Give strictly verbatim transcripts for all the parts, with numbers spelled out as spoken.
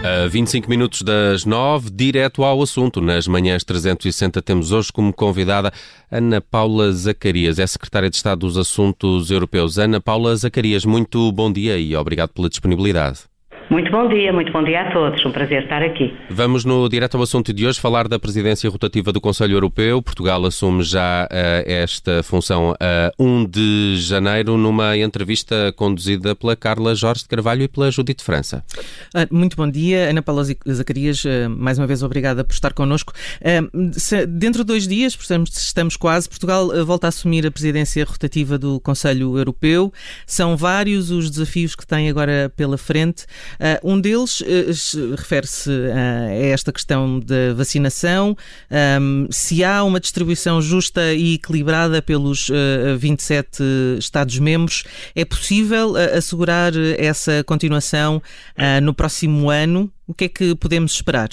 A vinte e cinco minutos das nove, direto ao assunto. Nas manhãs trezentos e sessenta temos hoje como convidada Ana Paula Zacarias, é Secretária de Estado dos Assuntos Europeus. Ana Paula Zacarias, muito bom dia e obrigado pela disponibilidade. Muito bom dia, muito bom dia a todos. Um prazer estar aqui. Vamos no direto ao assunto de hoje falar da presidência rotativa do Conselho Europeu. Portugal assume já uh, esta função a um de janeiro numa entrevista conduzida pela Carla Jorge de Carvalho e pela Judite França. Muito bom dia, Ana Paula Zacarias. Mais uma vez obrigada por estar connosco. Dentro de dois dias, portanto, estamos quase, Portugal volta a assumir a presidência rotativa do Conselho Europeu. São vários os desafios que tem agora pela frente. Uh, um deles uh, refere-se uh, a esta questão da vacinação, um, se há uma distribuição justa e equilibrada pelos uh, vinte e sete Estados-membros, é possível uh, assegurar essa continuação uh, no próximo ano? O que é que podemos esperar?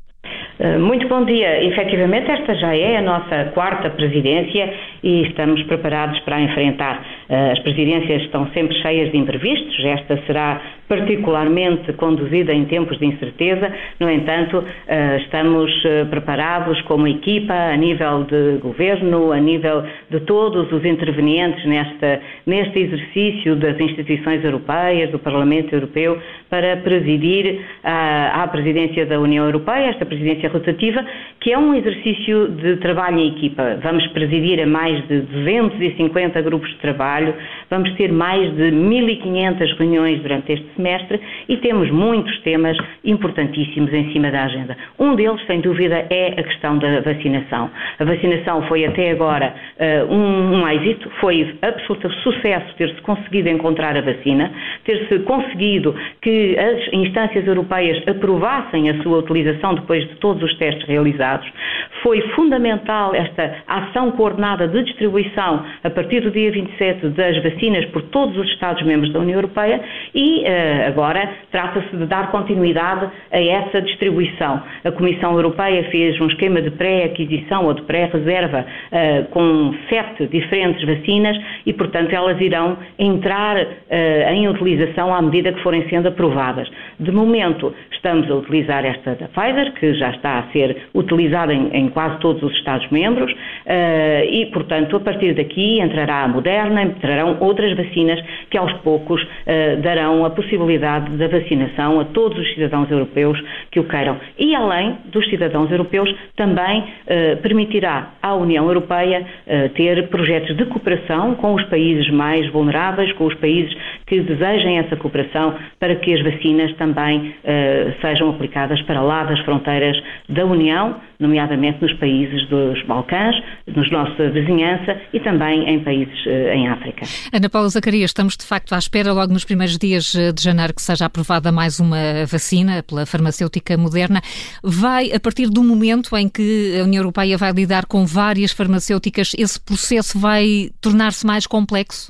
Muito bom dia. Efetivamente, esta já é a nossa quarta presidência e estamos preparados para a enfrentar. As presidências estão sempre cheias de imprevistos, esta será particularmente conduzida em tempos de incerteza. No entanto, estamos preparados como equipa, a nível de governo, a nível de todos os intervenientes nesta, neste exercício das instituições europeias, do Parlamento Europeu, para presidir a, à presidência da União Europeia, esta presidência rotativa, que é um exercício de trabalho em equipa. Vamos presidir a mais de duzentos e cinquenta grupos de trabalho, vamos ter mais de mil e quinhentas reuniões durante este semestre e temos muitos temas importantíssimos em cima da agenda. Um deles, sem dúvida, é a questão da vacinação. A vacinação foi até agora uh, um, um êxito, foi absoluto sucesso ter-se conseguido encontrar a vacina, ter-se conseguido que as instâncias europeias aprovassem a sua utilização depois de todos os testes realizados. Foi fundamental esta ação coordenada de distribuição a partir do dia vinte e sete das vacinas por todos os Estados-membros da União Europeia e uh, agora trata-se de dar continuidade a essa distribuição. A Comissão Europeia fez um esquema de pré-aquisição ou de pré-reserva uh, com sete diferentes vacinas e, portanto, elas irão entrar uh, em utilização à medida que forem sendo aprovadas. De momento, estamos a utilizar esta da Pfizer, que já está a ser utilizada em, em quase todos os Estados-membros uh, e, portanto, a partir daqui entrará a Moderna, entrarão outras vacinas que aos poucos uh, darão a possibilidade da vacinação a todos os cidadãos europeus que o queiram. E, além dos cidadãos europeus, também uh, permitirá à União Europeia uh, ter projetos de cooperação com os países mais vulneráveis, com os países que desejem essa cooperação para que as vacinas também uh, sejam aplicadas para lá das fronteiras da União, nomeadamente nos países dos Balcãs, nos nossa vizinhança e também em países uh, em África. Ana Paula Zacarias, estamos de facto à espera logo nos primeiros dias de janeiro que seja aprovada mais uma vacina pela farmacêutica Moderna. Vai, a partir do momento em que a União Europeia vai lidar com várias farmacêuticas, esse processo vai tornar-se mais complexo?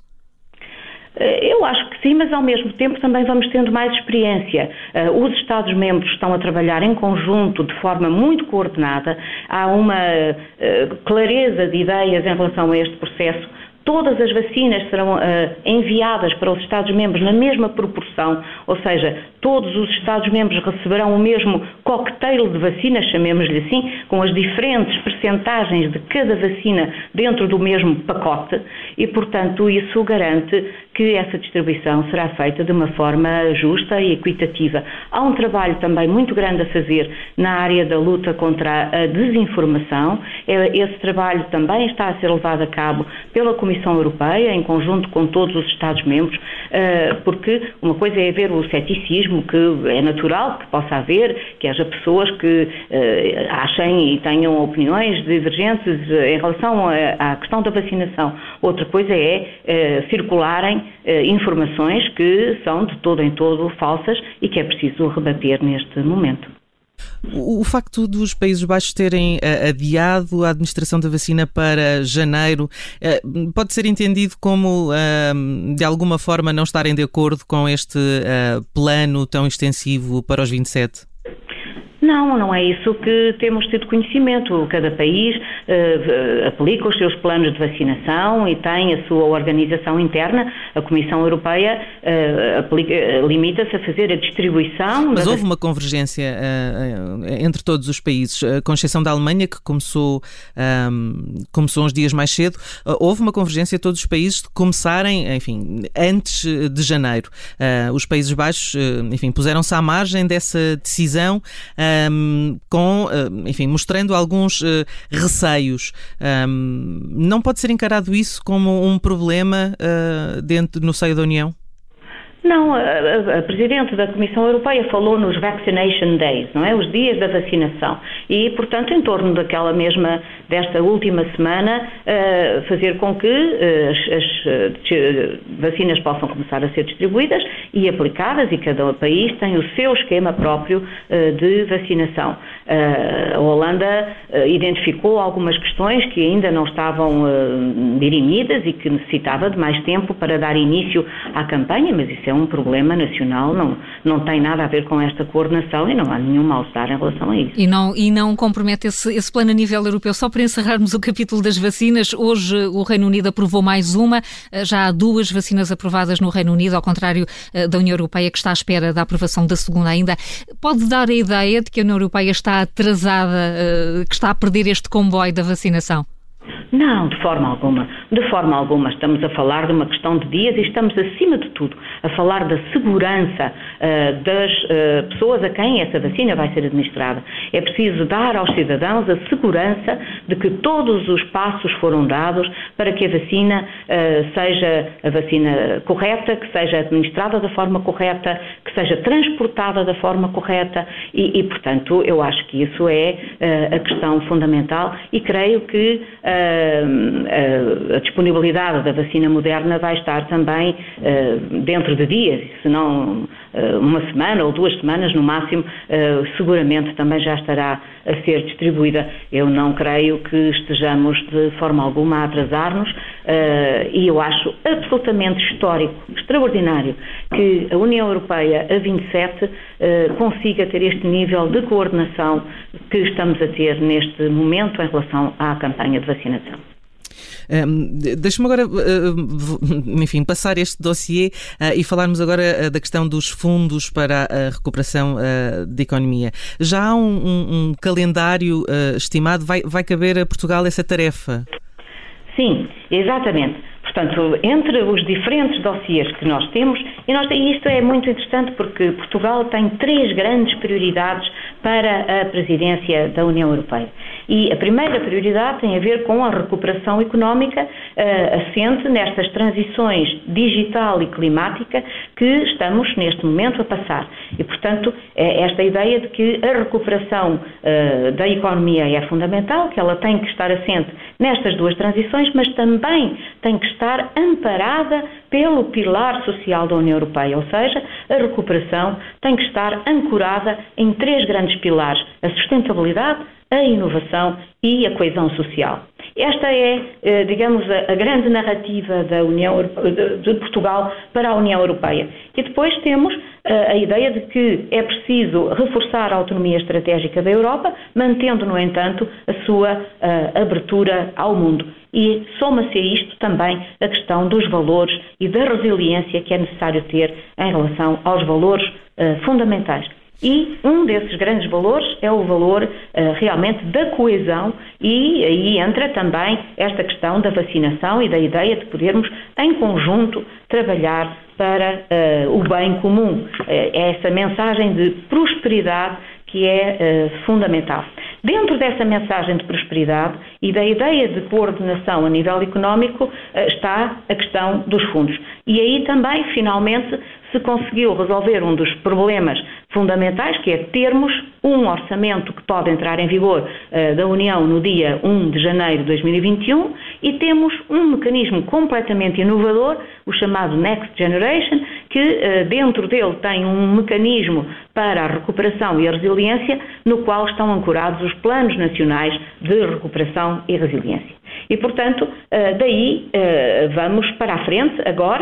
Eu acho que sim, mas ao mesmo tempo também vamos tendo mais experiência. Uh, os Estados-membros estão a trabalhar em conjunto, de forma muito coordenada. Há uma uh, clareza de ideias em relação a este processo. Todas as vacinas serão uh, enviadas para os Estados-membros na mesma proporção, ou seja, todos os Estados-membros receberão o mesmo cocktail de vacinas, chamemos-lhe assim, com as diferentes percentagens de cada vacina dentro do mesmo pacote e, portanto, isso garante que essa distribuição será feita de uma forma justa e equitativa. Há um trabalho também muito grande a fazer na área da luta contra a desinformação. Esse trabalho também está a ser levado a cabo pela Comissão Europeia, em conjunto com todos os Estados-membros, porque uma coisa é haver o ceticismo, que é natural que possa haver, que haja pessoas que achem e tenham opiniões divergentes em relação à questão da vacinação. Outra coisa é circularem informações que são de todo em todo falsas e que é preciso rebater neste momento. O facto dos Países Baixos terem uh, adiado a administração da vacina para janeiro uh, pode ser entendido como, uh, de alguma forma, não estarem de acordo com este uh, plano tão extensivo para os vinte e sete? Não, não é isso que temos tido conhecimento. Cada país uh, aplica os seus planos de vacinação e tem a sua organização interna. A Comissão Europeia uh, aplica, uh, limita-se a fazer a distribuição... Mas houve uma convergência uh, entre todos os países, uh, com exceção da Alemanha, que começou, um, começou uns dias mais cedo. Uh, houve uma convergência de todos os países de começarem, enfim, antes de janeiro. Uh, os Países Baixos, uh, enfim, puseram-se à margem dessa decisão, Um, com, uh, enfim, mostrando alguns uh, receios. Um, não pode ser encarado isso como um problema uh, dentro, no seio da União? Não, a, a Presidente da Comissão Europeia falou nos Vaccination Days, não é? Os dias da vacinação. E, portanto, em torno daquela mesma, desta última semana, uh, fazer com que uh, as, as uh, vacinas possam começar a ser distribuídas e aplicadas, e cada país tem o seu esquema próprio uh, de vacinação. Uh, a Holanda uh, identificou algumas questões que ainda não estavam uh, dirimidas e que necessitava de mais tempo para dar início à campanha, mas isso é um problema nacional, não, não tem nada a ver com esta coordenação e não há nenhum mal-estar em relação a isso. E não, e não compromete esse, esse plano a nível europeu. Só para encerrarmos o capítulo das vacinas, hoje o Reino Unido aprovou mais uma, já há duas vacinas aprovadas no Reino Unido, ao contrário da União Europeia, que está à espera da aprovação da segunda ainda. Pode dar a ideia de que a União Europeia está atrasada, que está a perder este comboio da vacinação? Não, de forma alguma. De forma alguma. Estamos a falar de uma questão de dias e estamos, acima de tudo, a falar da segurança uh, das uh, pessoas a quem essa vacina vai ser administrada. É preciso dar aos cidadãos a segurança de que todos os passos foram dados para que a vacina uh, seja a vacina correta, que seja administrada da forma correta, que seja transportada da forma correta e, e portanto, eu acho que isso é uh, a questão fundamental e creio que uh, a disponibilidade da vacina Moderna vai estar também uh, dentro de dias, se não uh, uma semana ou duas semanas no máximo, uh, seguramente também já estará a ser distribuída. Eu não creio que estejamos de forma alguma a atrasar-nos uh, e eu acho absolutamente histórico, extraordinário, que a União Europeia, a vinte e sete, uh, consiga ter este nível de coordenação que estamos a ter neste momento em relação à campanha de vacinação. Um, Deixa-me agora, uh, enfim, passar este dossiê uh, e falarmos agora uh, da questão dos fundos para a recuperação uh, da economia. Já há um, um, um calendário uh, estimado? Vai, vai caber a Portugal essa tarefa? Sim, exatamente. Portanto, entre os diferentes dossiês que nós temos, e, nós, e isto é muito interessante porque Portugal tem três grandes prioridades para a presidência da União Europeia. E a primeira prioridade tem a ver com a recuperação económica uh, assente nestas transições digital e climática que estamos neste momento a passar. E, portanto, é esta ideia de que a recuperação uh, da economia é fundamental, que ela tem que estar assente nestas duas transições, mas também tem que estar amparada pelo pilar social da União Europeia, ou seja, a recuperação tem que estar ancorada em três grandes pilares: a sustentabilidade, a inovação e a coesão social. Esta é, digamos, a grande narrativa da União, de Portugal para a União Europeia. E depois temos a ideia de que é preciso reforçar a autonomia estratégica da Europa, mantendo, no entanto, a sua abertura ao mundo. E soma-se a isto também a questão dos valores e da resiliência que é necessário ter em relação aos valores fundamentais. E um desses grandes valores é o valor uh, realmente da coesão e aí entra também esta questão da vacinação e da ideia de podermos em conjunto trabalhar para uh, o bem comum. Uh, é essa mensagem de prosperidade que é uh, fundamental. Dentro dessa mensagem de prosperidade e da ideia de coordenação a nível económico uh, está a questão dos fundos. E aí também, finalmente, se conseguiu resolver um dos problemas fundamentais, que é termos um orçamento que pode entrar em vigor uh, da União no dia primeiro de janeiro de dois mil e vinte e um e temos um mecanismo completamente inovador, o chamado Next Generation, que uh, dentro dele tem um mecanismo para a recuperação e a resiliência, no qual estão ancorados os planos nacionais de recuperação e resiliência. E, portanto, uh, daí uh, vamos para a frente agora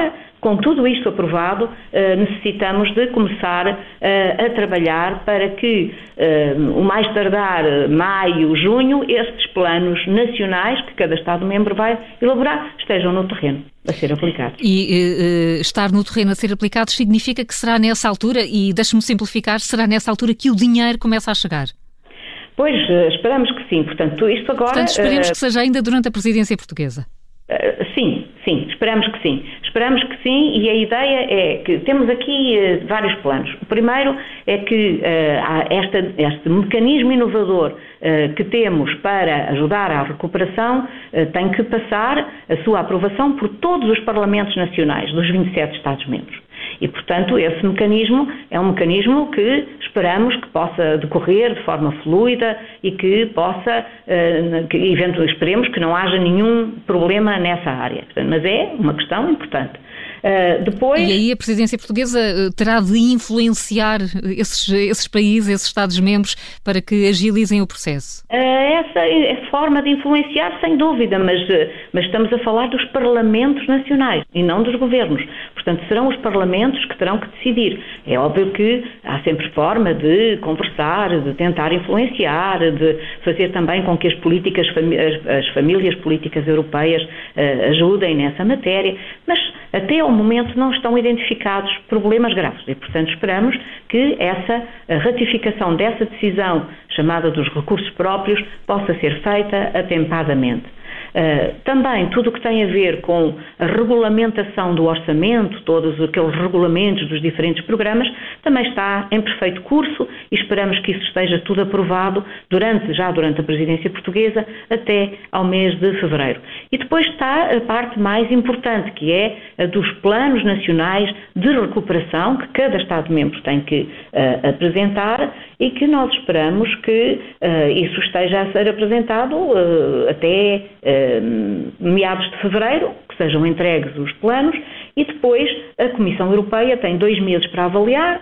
Com tudo isto aprovado, necessitamos de começar a trabalhar para que, o mais tardar maio, junho, estes planos nacionais que cada Estado-membro vai elaborar estejam no terreno a ser aplicados. E uh, estar no terreno a ser aplicados significa que será nessa altura, e deixe-me simplificar, será nessa altura que o dinheiro começa a chegar? Pois, esperamos que sim. Portanto, isto agora... Portanto, esperemos uh, que seja ainda durante a presidência portuguesa. Uh, sim, sim, esperamos que sim. Esperamos que sim, e a ideia é que temos aqui uh, vários planos. O primeiro é que uh, há esta, este mecanismo inovador uh, que temos para ajudar à recuperação uh, tem que passar a sua aprovação por todos os parlamentos nacionais dos vinte e sete Estados-membros. E, portanto, esse mecanismo é um mecanismo que esperamos que possa decorrer de forma fluida e que possa, que, eventualmente, esperemos que não haja nenhum problema nessa área. Mas é uma questão importante. Uh, depois... E aí a presidência portuguesa terá de influenciar esses, esses países, esses Estados-membros, para que agilizem o processo? Uh, essa é a forma de influenciar, sem dúvida, mas, uh, mas estamos a falar dos parlamentos nacionais e não dos governos. Portanto, serão os parlamentos que terão que decidir. É óbvio que há sempre forma de conversar, de tentar influenciar, de fazer também com que as políticas, as famílias políticas europeias uh, ajudem nessa matéria, mas até ao momento não estão identificados problemas graves e, portanto, esperamos que essa ratificação dessa decisão chamada dos recursos próprios possa ser feita atempadamente. Uh, também tudo o que tem a ver com a regulamentação do orçamento, todos aqueles regulamentos dos diferentes programas, também está em perfeito curso e esperamos que isso esteja tudo aprovado durante, já durante a presidência portuguesa até ao mês de fevereiro. E depois está a parte mais importante, que é a dos planos nacionais de recuperação que cada Estado-membro tem que uh, apresentar e que nós esperamos que uh, isso esteja a ser apresentado uh, até uh, meados de fevereiro, que sejam entregues os planos, e depois a Comissão Europeia tem dois meses para avaliar,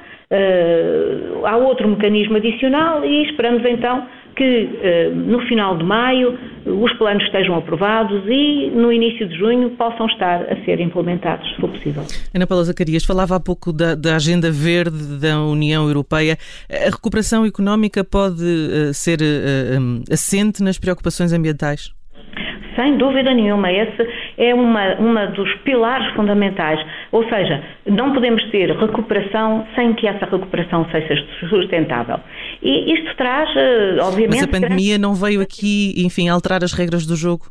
uh, há outro mecanismo adicional e esperamos então que uh, no final de maio os planos estejam aprovados e no início de junho possam estar a ser implementados, se for possível. Ana Paula Zacarias, falava há pouco da, da agenda verde da União Europeia. A recuperação económica pode uh, ser uh, um, assente nas preocupações ambientais? Sem dúvida nenhuma, esse é uma, uma dos pilares fundamentais, ou seja, não podemos ter recuperação sem que essa recuperação seja sustentável. E isto traz, obviamente... Mas a pandemia não veio aqui, enfim, alterar as regras do jogo?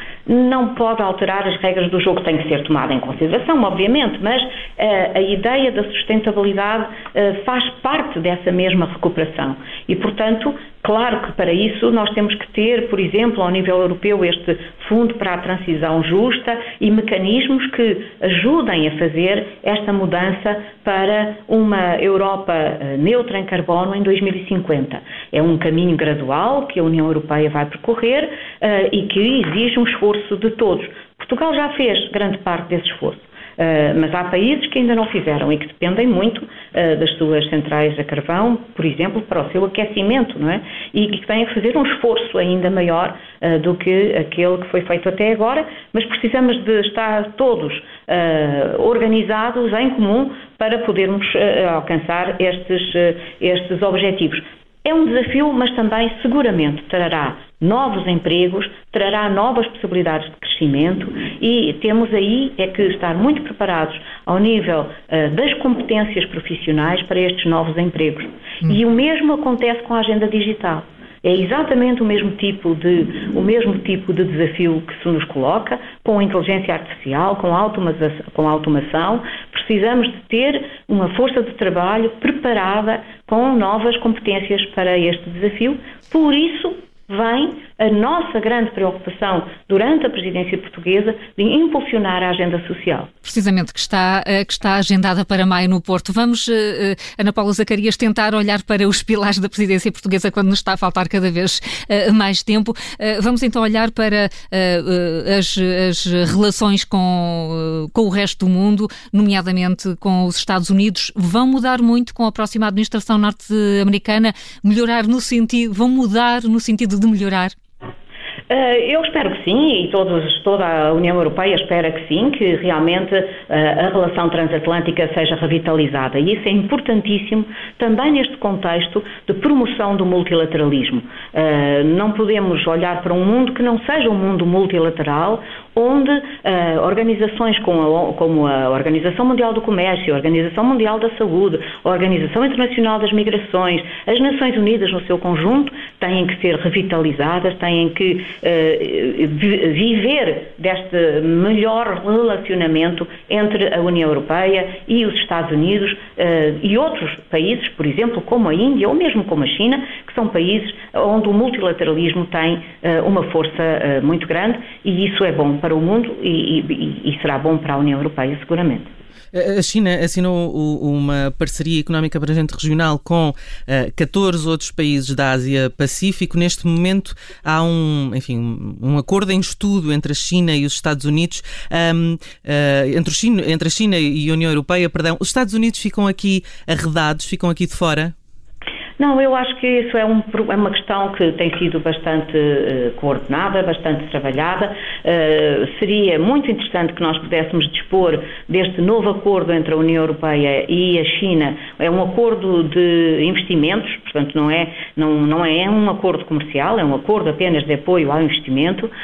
Não pode alterar as regras do jogo, tem que ser tomada em consideração, obviamente, mas uh, a ideia da sustentabilidade uh, faz parte dessa mesma recuperação e, portanto, claro que para isso nós temos que ter, por exemplo, ao nível europeu, este Fundo para a Transição Justa e mecanismos que ajudem a fazer esta mudança para uma Europa neutra em carbono em dois mil e cinquenta. É um caminho gradual que a União Europeia vai percorrer uh, e que exige um esforço de todos. Portugal já fez grande parte desse esforço. Uh, mas há países que ainda não fizeram e que dependem muito uh, das suas centrais a carvão, por exemplo, para o seu aquecimento, não é? E que têm que fazer um esforço ainda maior uh, do que aquele que foi feito até agora, mas precisamos de estar todos uh, organizados em comum para podermos uh, alcançar estes, uh, estes objetivos. É um desafio, mas também seguramente trará novos empregos, trará novas possibilidades de crescimento e temos aí é que estar muito preparados ao nível uh, das competências profissionais para estes novos empregos. Hum. E o mesmo acontece com a agenda digital. É exatamente o mesmo tipo de, o mesmo tipo de desafio que se nos coloca, com a inteligência artificial, com a automação, com a automação. Precisamos de ter uma força de trabalho preparada com novas competências para este desafio. Por isso, vem a nossa grande preocupação durante a presidência portuguesa de impulsionar a agenda social. Precisamente, que está, que está agendada para maio no Porto. Vamos, Ana Paula Zacarias, tentar olhar para os pilares da presidência portuguesa quando nos está a faltar cada vez mais tempo. Vamos então olhar para as, as relações com, com o resto do mundo, nomeadamente com os Estados Unidos. Vão mudar muito com a próxima administração norte-americana? Melhorar no sentido, vão mudar no sentido de melhorar? Eu espero que sim, e todos, toda a União Europeia espera que sim, que realmente a relação transatlântica seja revitalizada. E isso é importantíssimo também neste contexto de promoção do multilateralismo. Não podemos olhar para um mundo que não seja um mundo multilateral, onde uh, organizações como a, como a Organização Mundial do Comércio, a Organização Mundial da Saúde, a Organização Internacional das Migrações, as Nações Unidas no seu conjunto, têm que ser revitalizadas, têm que uh, viver deste melhor relacionamento entre a União Europeia e os Estados Unidos uh, e outros países, por exemplo, como a Índia ou mesmo como a China, que são países onde o multilateralismo tem uh, uma força uh, muito grande, e isso é bom para o mundo e, e, e será bom para a União Europeia, seguramente. A China assinou uma parceria económica abrangente regional com uh, catorze outros países da Ásia-Pacífico. Neste momento há um, enfim, um acordo em estudo entre a China e os Estados Unidos, um, uh, entre, o China, entre a China e a União Europeia, perdão. Os Estados Unidos ficam aqui arredados, ficam aqui de fora? Não, eu acho que isso é, um, é uma questão que tem sido bastante uh, coordenada, bastante trabalhada. Uh, seria muito interessante que nós pudéssemos dispor deste novo acordo entre a União Europeia e a China. É um acordo de investimentos, portanto não é, não, não é um acordo comercial, é um acordo apenas de apoio ao investimento, uh,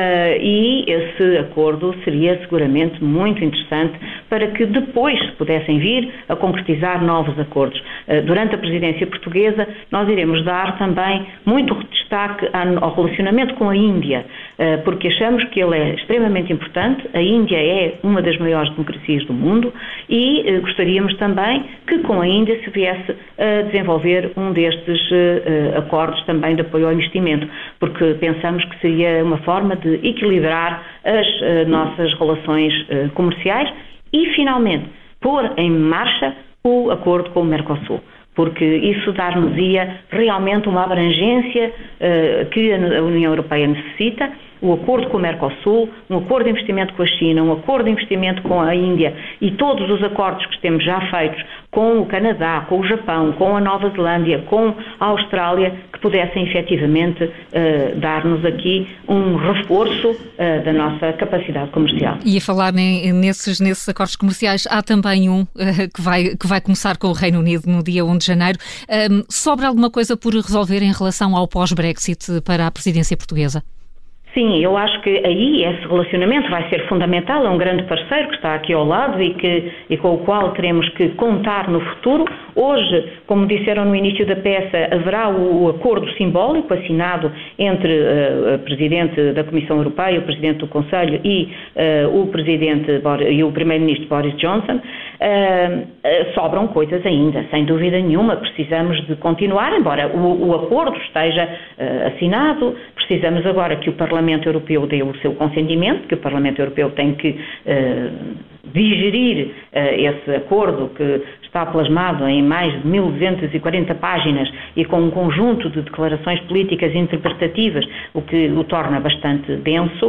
e esse acordo seria seguramente muito interessante para que depois se pudessem vir a concretizar novos acordos. Uh, durante a presidência portuguesa, nós iremos dar também muito destaque ao relacionamento com a Índia, porque achamos que ele é extremamente importante. A Índia é uma das maiores democracias do mundo e gostaríamos também que com a Índia se viesse a desenvolver um destes acordos também de apoio ao investimento, porque pensamos que seria uma forma de equilibrar as nossas relações comerciais e, finalmente, pôr em marcha o acordo com o Mercosul, porque isso dar-nos-ia realmente uma abrangência uh, que a União Europeia necessita. O acordo com o Mercosul, um acordo de investimento com a China, um acordo de investimento com a Índia e todos os acordos que temos já feitos com o Canadá, com o Japão, com a Nova Zelândia, com a Austrália, que pudessem efetivamente uh, dar-nos aqui um reforço uh, da nossa capacidade comercial. E a falar nesses, nesses acordos comerciais, há também um uh, que, vai, que vai começar com o Reino Unido no dia primeiro de janeiro. Um, sobra alguma coisa por resolver em relação ao pós-Brexit para a presidência portuguesa? Sim, eu acho que aí esse relacionamento vai ser fundamental, é um grande parceiro que está aqui ao lado e, que, e com o qual teremos que contar no futuro. Hoje, como disseram no início da peça, haverá o, o acordo simbólico assinado entre uh, o Presidente da Comissão Europeia, o Presidente do Conselho e uh, o Presidente e o Primeiro-Ministro Boris Johnson. Uh, uh, sobram coisas ainda, sem dúvida nenhuma, precisamos de continuar, embora o, o acordo esteja uh, assinado, precisamos agora que o Parlamento Europeu dê o seu consentimento, que o Parlamento Europeu tem que uh, digerir uh, esse acordo que está plasmado em mais de mil duzentas e quarenta páginas e com um conjunto de declarações políticas e interpretativas, o que o torna bastante denso, uh,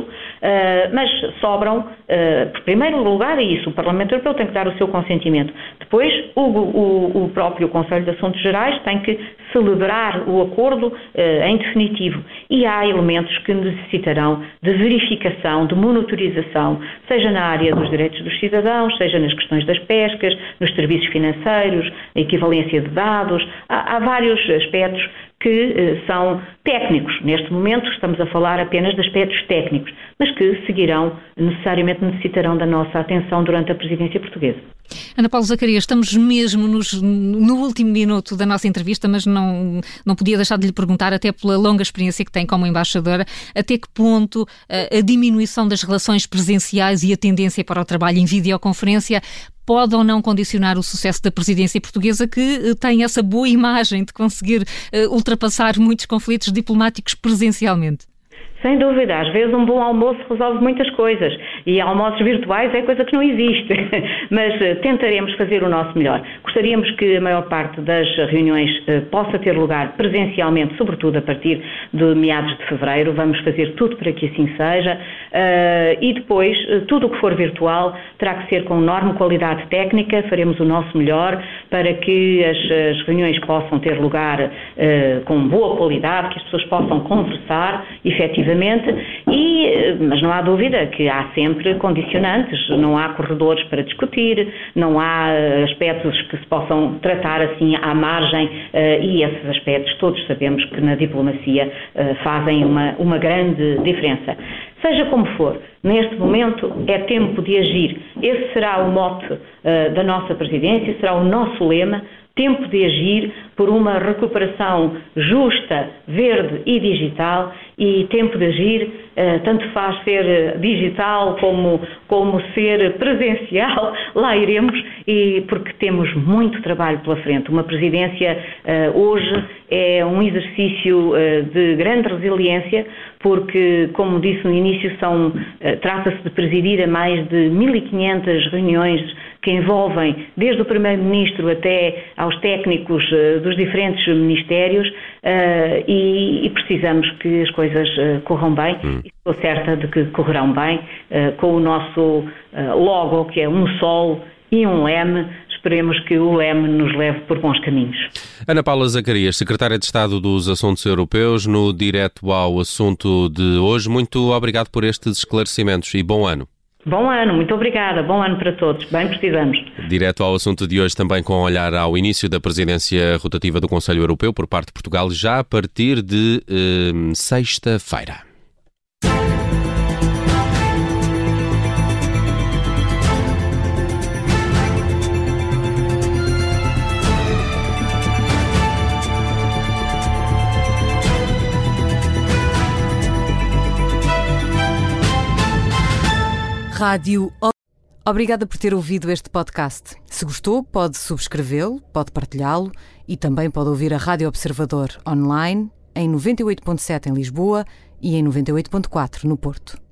mas sobram, uh, em primeiro lugar, é isso, o Parlamento Europeu tem que dar o seu consentimento. Depois, o, o, o próprio Conselho de Assuntos Gerais tem que celebrar o acordo uh, em definitivo. E há elementos que necessitarão de verificação, de monitorização, seja na área dos direitos dos cidadãos, seja nas questões das pescas, nos serviços financeiros, a equivalência de dados. Há, há vários aspectos que eh, são técnicos. Neste momento estamos a falar apenas de aspectos técnicos, mas que seguirão, necessariamente necessitarão da nossa atenção durante a presidência portuguesa. Ana Paula Zacarias, estamos mesmo nos, no último minuto da nossa entrevista, mas não, não podia deixar de lhe perguntar, até pela longa experiência que tem como embaixadora, até que ponto a, a diminuição das relações presenciais e a tendência para o trabalho em videoconferência pode ou não condicionar o sucesso da presidência portuguesa, que tem essa boa imagem de conseguir uh, ultrapassar muitos conflitos diplomáticos presencialmente? Sem dúvida, às vezes um bom almoço resolve muitas coisas e almoços virtuais é coisa que não existe, mas uh, tentaremos fazer o nosso melhor. Gostaríamos que a maior parte das reuniões uh, possa ter lugar presencialmente, sobretudo a partir de meados de fevereiro. Vamos fazer tudo para que assim seja uh, e depois uh, tudo o que for virtual terá que ser com enorme qualidade técnica. Faremos o nosso melhor para que as, as reuniões possam ter lugar uh, com boa qualidade, que as pessoas possam conversar efetivamente efetivamente, e, mas não há dúvida que há sempre condicionantes, não há corredores para discutir, não há aspectos que se possam tratar assim à margem, e esses aspectos todos sabemos que na diplomacia fazem uma, uma grande diferença. Seja como for, neste momento é tempo de agir. Esse será o mote uh, da nossa presidência, será o nosso lema, tempo de agir por uma recuperação justa, verde e digital, e tempo de agir, uh, tanto faz ser digital como, como ser presencial, lá iremos, e porque temos muito trabalho pela frente. Uma presidência uh, hoje é um exercício uh, de grande resiliência, porque, como disse no início, são, uh, trata-se de presidir a mais de mil e quinhentas reuniões que envolvem desde o Primeiro-Ministro até aos técnicos uh, dos diferentes ministérios, uh, e, e precisamos que as coisas uh, corram bem, hum. e estou certa de que correrão bem, uh, com o nosso uh, logo, que é um sol e um leme. Esperemos que o leme nos leve por bons caminhos. Ana Paula Zacarias, Secretária de Estado dos Assuntos Europeus, no Direto ao Assunto de hoje. Muito obrigado por estes esclarecimentos e bom ano. Bom ano, muito obrigada. Bom ano para todos. Bem precisamos. Direto ao assunto de hoje, também com olhar ao início da presidência rotativa do Conselho Europeu por parte de Portugal, já a partir de eh, sexta-feira. Rádio. Obrigada por ter ouvido este podcast. Se gostou, pode subscrevê-lo, pode partilhá-lo e também pode ouvir a Rádio Observador online em noventa e oito ponto sete em Lisboa e em noventa e oito ponto quatro no Porto.